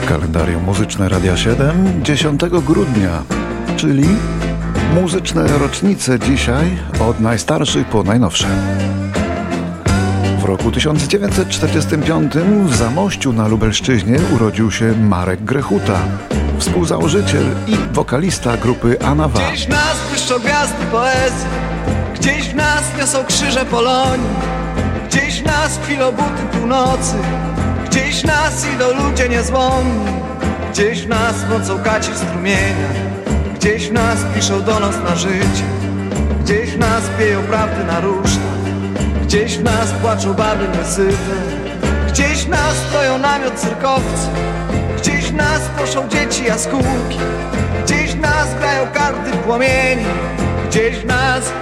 Kalendarium muzyczne Radia 7 10 grudnia, czyli muzyczne rocznice dzisiaj od najstarszych po najnowsze. W roku 1945 w Zamościu na Lubelszczyźnie urodził się Marek Grechuta, współzałożyciel i wokalista grupy Anawa. Gdzieś nas błyszczą gwiazdy poezji, gdzieś w nas niosą krzyże Polonii, gdzieś nas kwilą buty północy, gdzieś nas idą ludzie niezłomni, gdzieś nas mocą kaci strumienia, gdzieś nas piszą donos na życie, gdzieś nas pieją prawdy na rusztach, gdzieś w nas płaczą baby niesyte, gdzieś nas stoją namiot cyrkowcy, gdzieś w nas proszą dzieci jaskółki, gdzieś w nas grają karty płomieni, gdzieś w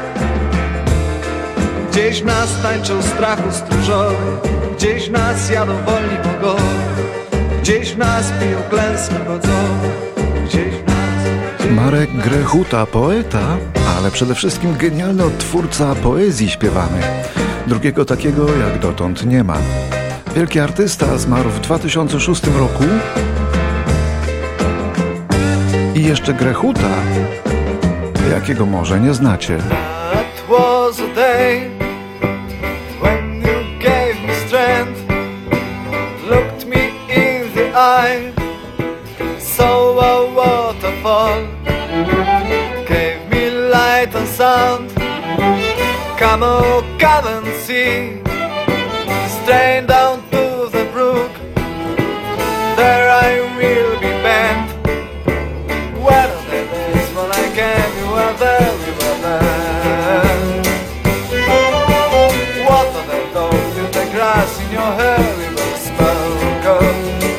nas tańczą strachu stróżowy, gdzieś w nas jadą wolni bogowie, gdzieś w nas piją klęski wodzowe, gdzieś w nas... Marek Grechuta, poeta, ale przede wszystkim genialny odtwórca poezji śpiewanej. Drugiego takiego jak dotąd nie ma. Wielki artysta zmarł w 2006 roku i jeszcze Grechuta, jakiego może nie znacie. That was a day when you gave me strength, looked me in the eye, saw a waterfall, gave me light and sound. Come, oh, come and see, straight down to the brook, there I will be bent. What are the days when I came, you were there, we were there. What are the dogs in the grass in your hair, we were spoken.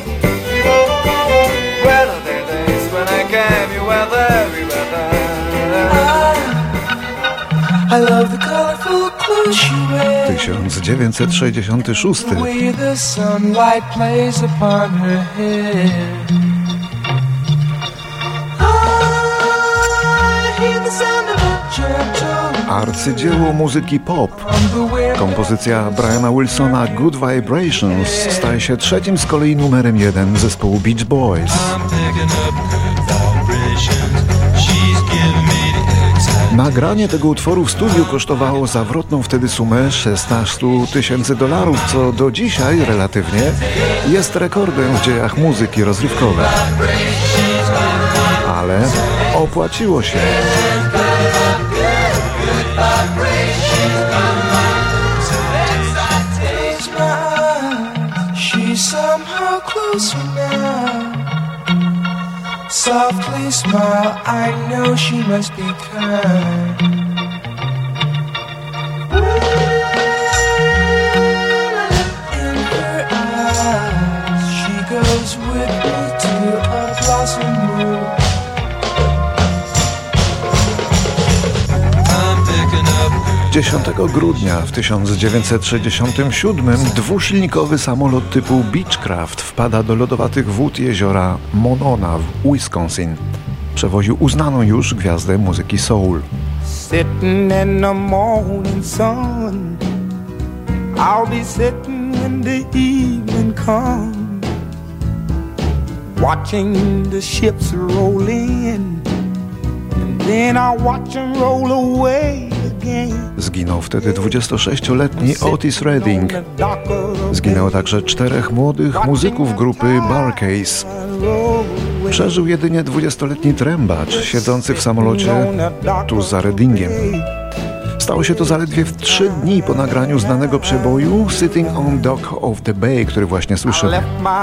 Where are the days when I came, you were there, we were there. I love the colorful clothes you wear, 1966. the way the sunlight plays upon her hair. I hear the sound of a gentle Arcydzieło muzyki pop. Kompozycja Briana Wilsona Good Vibrations staje się trzecim z kolei numerem 1 zespołu Beach Boys. Nagranie tego utworu w studiu kosztowało zawrotną wtedy sumę $16 000, co do dzisiaj relatywnie jest rekordem w dziejach muzyki rozrywkowej. Ale opłaciło się. Softly smile, I know she must be kind. In her eyes, she goes with me to a blossom room. 10 grudnia w 1967 dwusilnikowy samolot typu Beechcraft wpada do lodowatych wód jeziora Monona w Wisconsin. Przewoził uznaną już gwiazdę muzyki soul. Sitting in the morning sun, I'll be sitting when the evening comes, watching the ships roll in, and then I'll watch them roll away. Zginął wtedy 26-letni Otis Redding. Zginęło także 4 młodych muzyków grupy Barcase. Przeżył jedynie 20-letni trębacz siedzący w samolocie tuż za Reddingiem. Stało się to zaledwie w 3 dni po nagraniu znanego przeboju Sitting on Dock of the Bay, który właśnie słyszymy.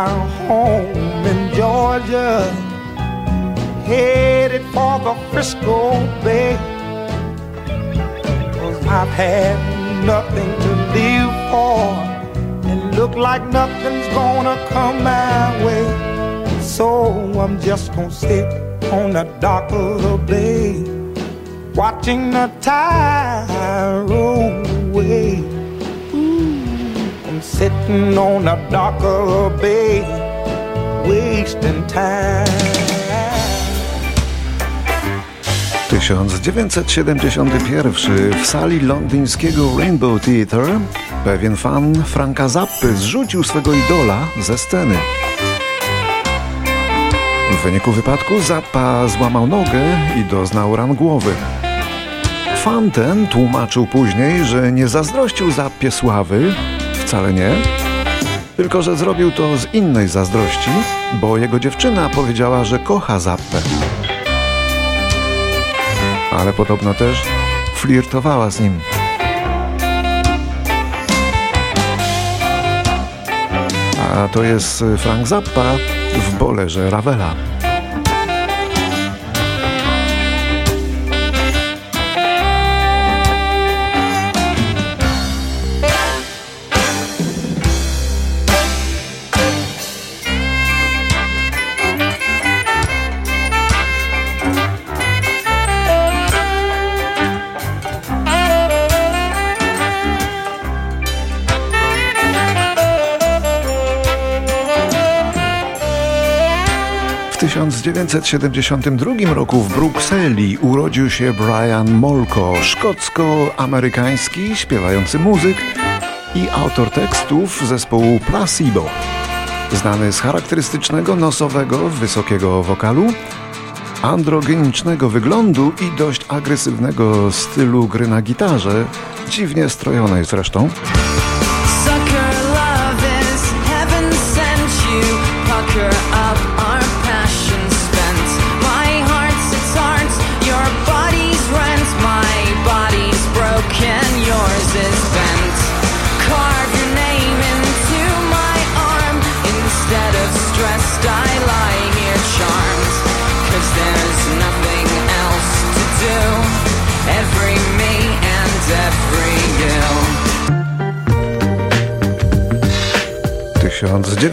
I've had nothing to live for, and look like nothing's gonna come my way. So I'm just gonna sit on the dock of the bay, watching the tide roll away. I'm sitting on the dock of the bay, wasting time. 1971 w sali londyńskiego Rainbow Theatre pewien fan Franka Zappy zrzucił swego idola ze sceny. wyniku wypadku Zappa złamał nogę i doznał ran głowy. Fan ten tłumaczył później, że nie zazdrościł Zappie sławy, wcale nie, tylko że zrobił to z innej zazdrości, bo jego dziewczyna powiedziała, że kocha Zappę. Ale podobno też flirtowała z nim. A to jest Frank Zappa w bolerze Ravela. W 1972 roku w Brukseli urodził się Brian Molko, szkocko-amerykański śpiewający muzyk i autor tekstów zespołu Placebo. Znany z charakterystycznego nosowego, wysokiego wokalu, androgenicznego wyglądu i dość agresywnego stylu gry na gitarze, dziwnie strojonej zresztą. W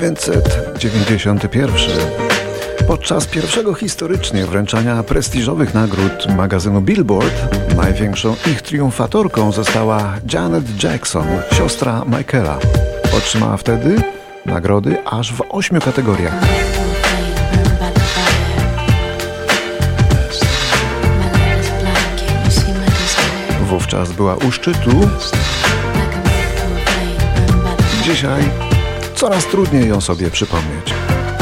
1991 podczas pierwszego historycznie wręczania prestiżowych nagród magazynu Billboard największą ich triumfatorką została Janet Jackson, siostra Michaela. Otrzymała wtedy nagrody aż w 8 kategoriach. Wówczas była u szczytu. Dzisiaj coraz trudniej ją sobie przypomnieć.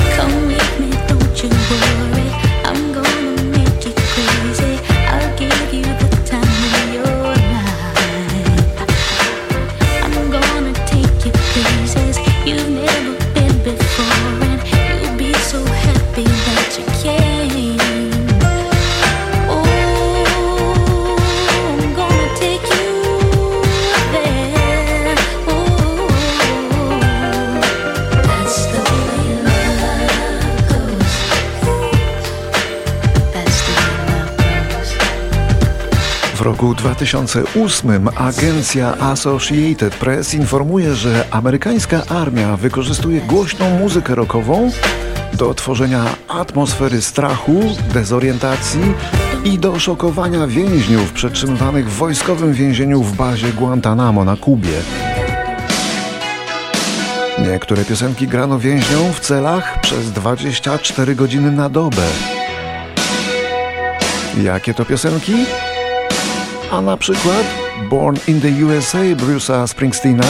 W roku 2008 agencja Associated Press informuje, że amerykańska armia wykorzystuje głośną muzykę rockową do tworzenia atmosfery strachu, dezorientacji i do szokowania więźniów przetrzymywanych w wojskowym więzieniu w bazie Guantanamo na Kubie. Niektóre piosenki grano więźniom w celach przez 24 godziny na dobę. Jakie to piosenki? A na przykład Born in the USA Bruce'a Springsteena,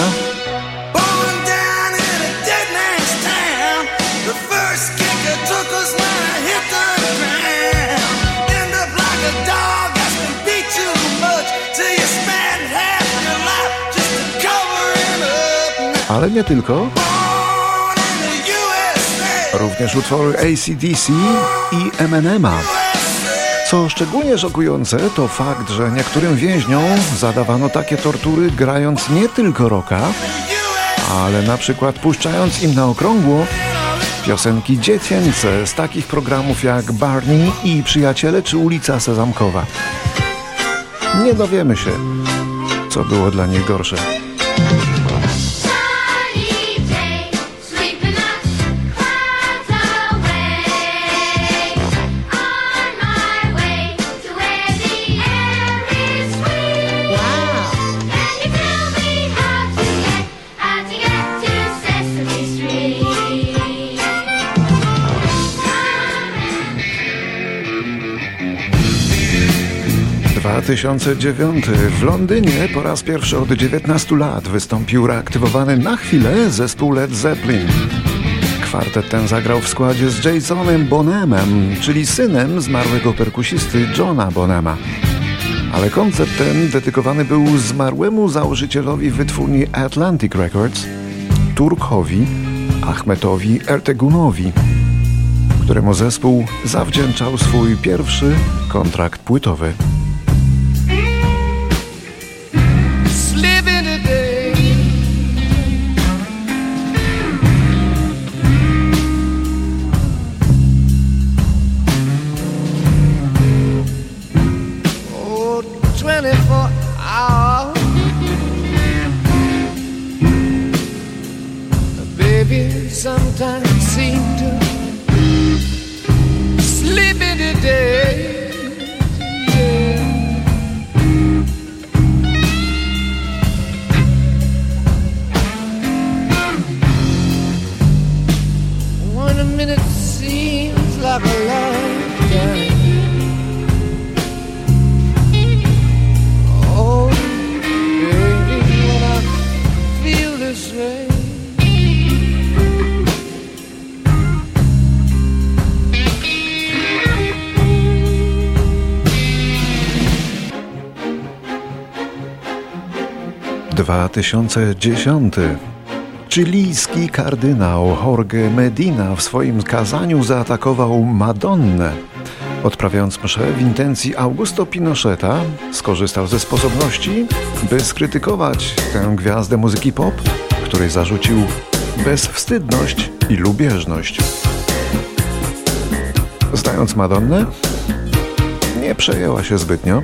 ale nie tylko. Również utwory AC/DC i Eminema. Co szczególnie szokujące, to fakt, że niektórym więźniom zadawano takie tortury grając nie tylko rocka, ale na przykład puszczając im na okrągło piosenki dziecięce z takich programów jak Barney i Przyjaciele czy Ulica Sezamkowa. Nie dowiemy się, co było dla nich gorsze. W 2009 w Londynie po raz pierwszy od 19 lat wystąpił reaktywowany na chwilę zespół Led Zeppelin. Kwartet ten zagrał w składzie z Jasonem Bonhamem, czyli synem zmarłego perkusisty Johna Bonhama. Ale koncert ten dedykowany był zmarłemu założycielowi wytwórni Atlantic Records, Turkowi Ahmetowi Ertegunowi, któremu zespół zawdzięczał swój pierwszy kontrakt płytowy. Sometimes seem to slip into days, yeah. 1 minute seems like a lifetime. Oh, baby, when I feel this way. W 2010 chilijski kardynał Jorge Medina w swoim kazaniu zaatakował Madonnę. Odprawiając mszę w intencji Augusto Pinocheta, skorzystał ze sposobności, by skrytykować tę gwiazdę muzyki pop, której zarzucił bezwstydność i lubieżność. Znając Madonnę, nie przejęła się zbytnio.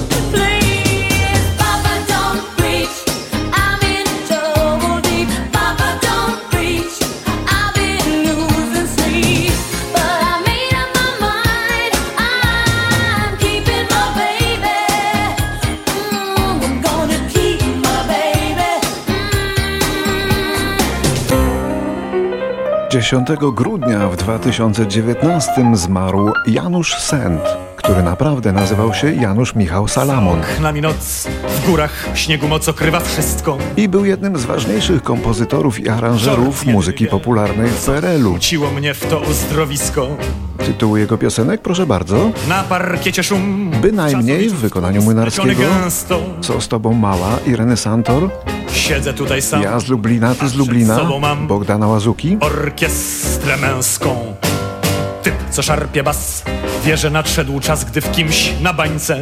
Dziesiątego grudnia w 2019 zmarł Janusz Sent, który naprawdę nazywał się Janusz Michał Salamon. Nami noc, w górach śniegu moc okrywa wszystko. I był jednym z ważniejszych kompozytorów i aranżerów muzyki popularnej w PRL-u. Rzuciło mnie w to uzdrowisko. Tytuł jego piosenek, proszę bardzo. Na parkiecie szum. Bynajmniej w wykonaniu Młynarskiego. Co z tobą mała, Ireny Santor. Siedzę tutaj sam. Ja z Lublina, ty z Lublina. Bogdana Łazuki. Orkiestrę męską. Typ, co szarpie bas. Wie, że nadszedł czas, gdy w kimś na bańce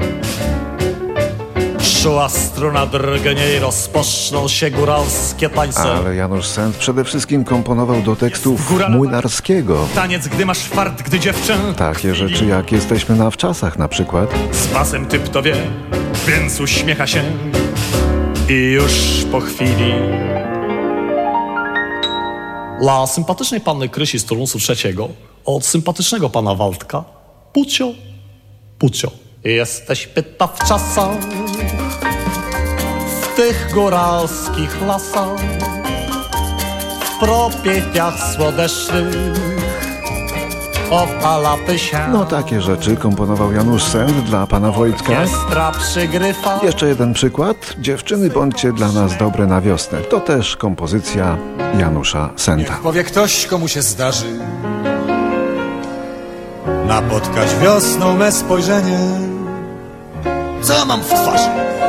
szła struna drgnie i rozpoczną się góralskie tańce. Ale Janusz Sent przede wszystkim komponował do tekstów Młynarskiego. Taniec, gdy masz fart, gdy dziewczę. Takie rzeczy jak Jesteśmy na wczasach na przykład. Z basem typ to wie, więc uśmiecha się i już po chwili dla sympatycznej panny Krysi z turnusu trzeciego od sympatycznego pana Waldka Pucio, Pucio. Jesteś pyta w czasach, w tych góralskich lasach, w propiewiach słodecznych opalaty się. No takie rzeczy komponował Janusz Sent dla pana Wojtka. Orkiestra przygrywa. Jeszcze jeden przykład. Dziewczyny, bądźcie dla nas dobre na wiosnę. To też kompozycja Janusza Senta. Niech powie ktoś, komu się zdarzy napotkać wiosną me spojrzenie. Co ja mam w twarzy?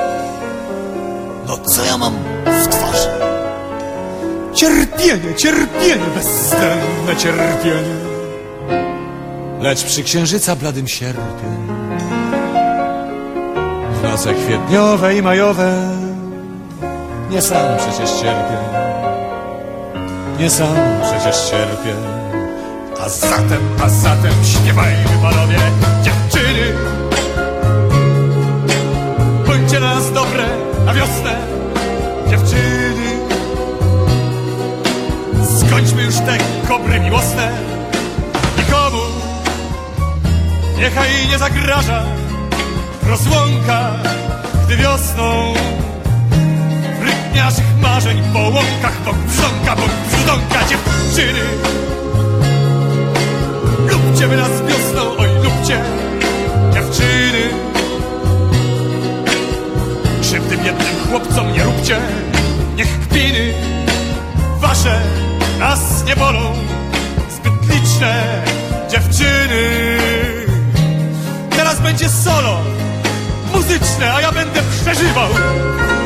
No co ja mam w twarzy? Cierpienie, cierpienie, bezwzględne cierpienie. Lecz przy księżyca bladym sierpień, w noce kwietniowe i majowe, nie sam przecież cierpię, nie sam przecież cierpię. A zatem śpiewajmy, panowie, dziewczyny, bądźcie dla nas dobre na wiosnę, dziewczyny. Skończmy już te kobry miłosne, nikomu niechaj nie zagraża rozłąka, gdy wiosną rytm naszych marzeń po łąkach bok brzdąka, dziewczyny. Lubcie wy nas wiosną, oj lubcie, dziewczyny. Krzywdy biednym chłopcom nie róbcie, niech kpiny wasze nas nie bolą zbyt liczne dziewczyny. Teraz będzie solo muzyczne, a ja będę przeżywał